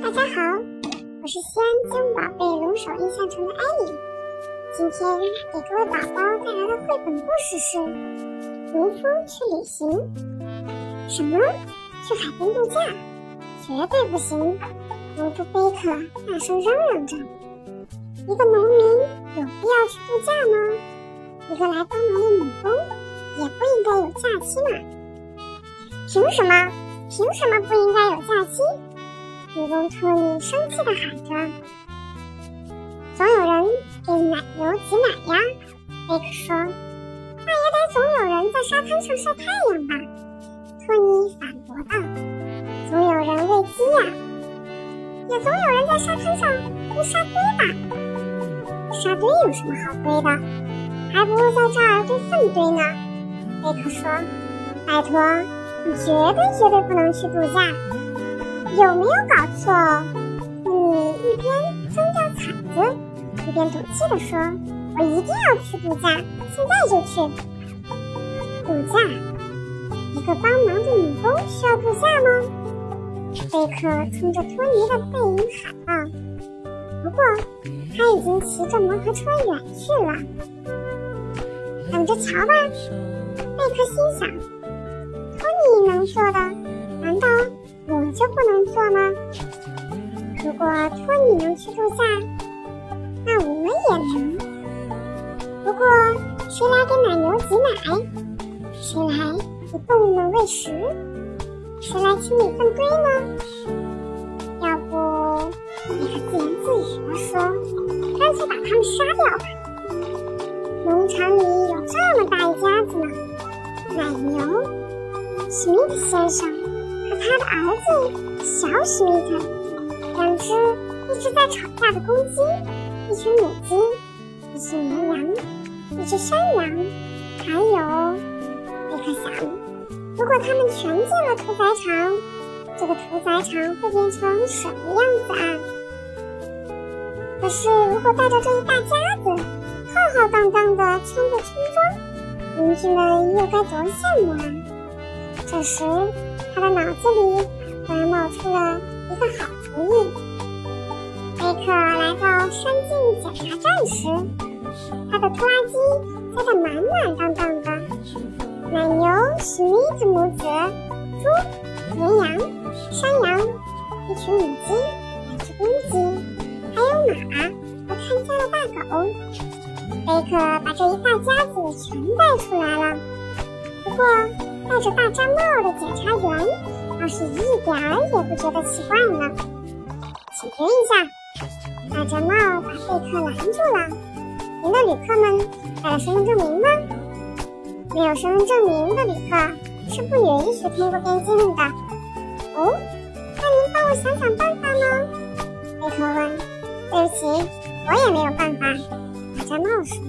大家好，我是西安金宝贝龙首印象城的艾莉。今天给各位宝宝带来的绘本故事是《农夫去旅行》。什么？去海边度假？绝对不行！农夫贝克大声嚷嚷着：“一个农民有必要去度假吗？一个来帮忙的女工也不应该有假期嘛？凭什么？凭什么不应该有假期？”女工托尼生气地喊着：“总有人给奶牛挤奶呀！”贝克说：“那也得总有人在沙滩上晒太阳吧？”托尼反驳道：“总有人喂鸡呀，也总有人在沙滩上堆沙堆吧？沙堆有什么好堆的？还不如在这儿堆粪堆呢。”贝克说：“拜托，你绝对不能去度假。有没有搞错？”你一边扔掉铲子，一边赌气地说：“我一定要去度假，现在就去。”度假？一个帮忙的女工需要度假吗？贝克冲着托尼的背影喊道。不过他已经骑着摩托车远去了。等着瞧吧，贝克心想，托尼能做的，难道我就不能做吗？如果托尼能去度假，那我也能。不过谁来给奶牛挤奶？谁来给动物们喂食？谁来清理粪堆呢？要不贝克自言自语地说，干脆把它们杀掉吧。农场里有这么大一家子呢，奶牛、史密特先生和他的儿子小史密特，两只一直在吵架的公鸡，一群母鸡，一群绵羊，一只山羊，还有，贝克想，如果他们全进了屠宰场，这个屠宰场会变成什么样子啊？可是如果带着这一大家子浩浩荡荡地穿过村庄，邻居们又该多羡慕啊！这时他的脑子里突然冒出了一个好主意。贝克来到山径检查站时，他的拖拉机载得满满当当的，奶牛、史密特母子、猪、绵羊、山羊，一群母鸡，两只公鸡，还有马和看家的大狗。贝克把这一大家子全带出来了。不过戴着大毡帽的检察员倒是一点儿也不觉得奇怪呢。请停一下！大毡帽把贝克拦住了。您的旅客们带了身份证明吗？没有身份证明的旅客是不允许通过边境的。哦，那您帮我想想办法呢？贝克问。对不起，我也没有办法。大毡帽说。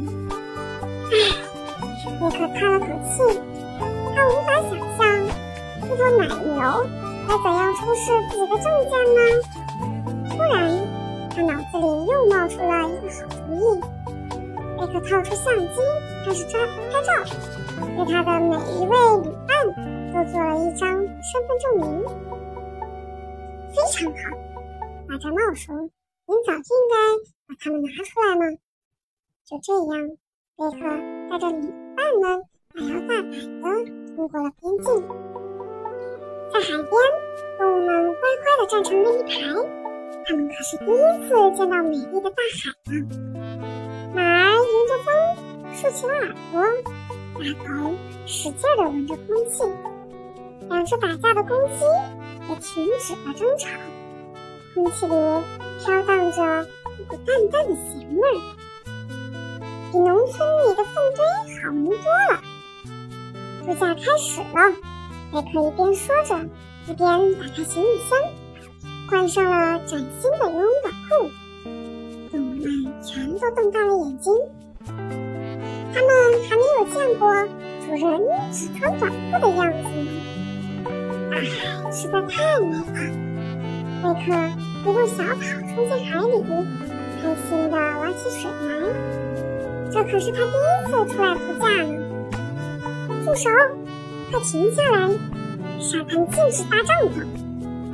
贝克叹了口气，他无法想象这头奶牛该怎样出示自己的证件呢？突然他脑子里又冒出了一个好主意。贝克掏出相机开始拍照，对他的每一位旅伴都做了一张身份证明。非常好，大毡帽说，您早就应该把它们拿出来嘛。就这样，贝克带着旅伴们大摇大摆地通过了边境。在海边，动物们乖乖地站成了一排，他们可是第一次见到美丽的大海呢。马儿迎着风竖起了耳朵，大狗使劲地闻着空气，两只打架的公鸡也停止了争吵，空气里飘荡着一股淡淡的咸味儿，比农村里的粪堆好闻多了。度假开始了，贝克一边说着，一边打开行李箱，换上了崭新的游泳短裤。动物们全都瞪大了眼睛，他们还没有见过主人只穿短裤的样子呢。大海实在太美了，贝克一路小跑冲进海里，开心地玩起水来。这可是他第一次出来度假呢。住手！快停下来！沙滩尽是搭帐篷。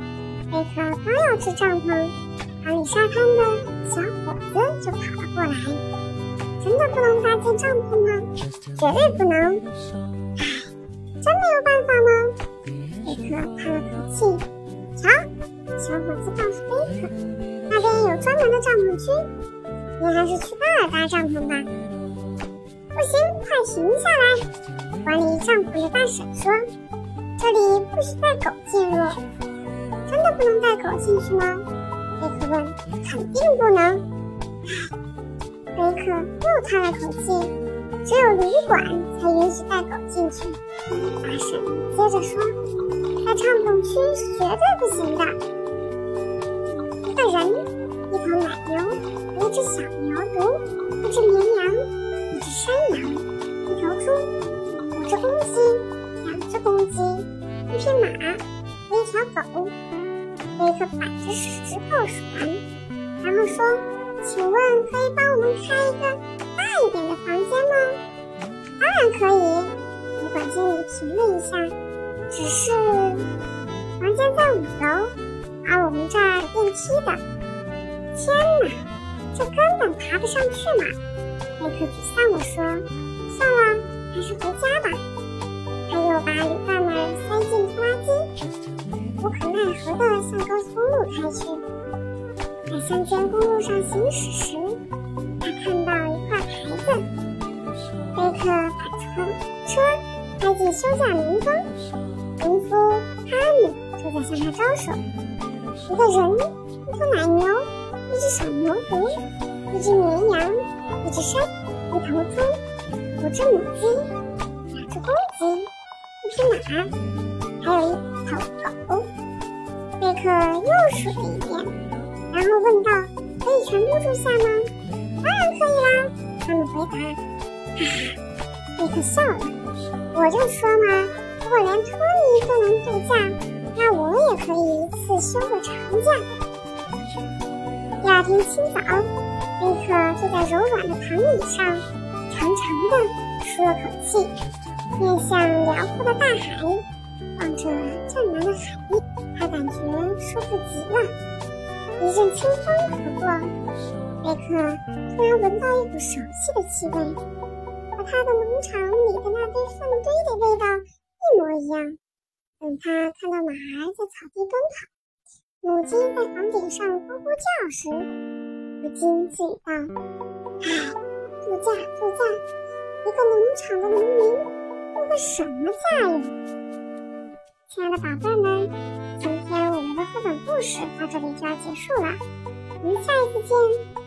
贝克刚要支帐篷，旁里沙滩的小伙子就跑了过来。真的不能搭建帐篷吗？绝对不能！唉，真没有办法吗？贝克叹了口气。瞧，小伙子告诉贝克，那边有专门的帐篷区，你还是去那儿搭帐篷吧。不行，快停下来！管理帐篷的大婶说，这里不许带狗进入。真的不能带狗进去吗？贝克问。肯定不能。贝克又叹了口气，只有旅馆才允许带狗进去。大婶接着说，在帐篷区是绝对不行的。一个人，一头奶牛，一只小牛犊，一只绵羊，一只山羊，一头猪，5只公鸡，2只公鸡，一匹马和一条狗。贝克摆着10只报数完，然后说，请问可以帮我们开一个大一点的房间吗？当然可以。旅馆经理停了一下，只是房间在5楼，而我们这儿有电梯的。天哪，这根本爬不上去嘛！贝克沮丧地说，算了，还是回家吧。他又把旅伴们塞进拖拉机，无可奈何地向高速公路开去。在乡间公路上行驶时，他看到一块牌子。贝克把车开进休假农庄，农夫哈姆正在向他招手。一个人，一头奶牛，一只小牛犊，一只绵羊，一只山，一头猪，5只母鸡，2只公鸡，一匹马，还有一头狗。贝克又数了一遍，然后问道，可以全部住下吗？当然可以啦，他们回答。哈哈，贝克笑了，我就说嘛，如果连托尼都能度假，那我也可以一次休个长假。第2天清早，贝克坐在柔软的躺椅上，长长的舒了口气，面向辽阔的大海，望着湛蓝的海面，他感觉舒服极了。一阵清风拂过，贝克突然闻到一股熟悉的气味，和他的农场里的那堆粪堆的味道一模一样。等他看到马儿在草地奔跑，母鸡在房顶上咕咕叫时，不禁自语道，唉，度假度假，一个农场的农民度个什么假呀？亲爱的宝贝们，今天我们的绘本故事到这里就要结束了，我们下一次见。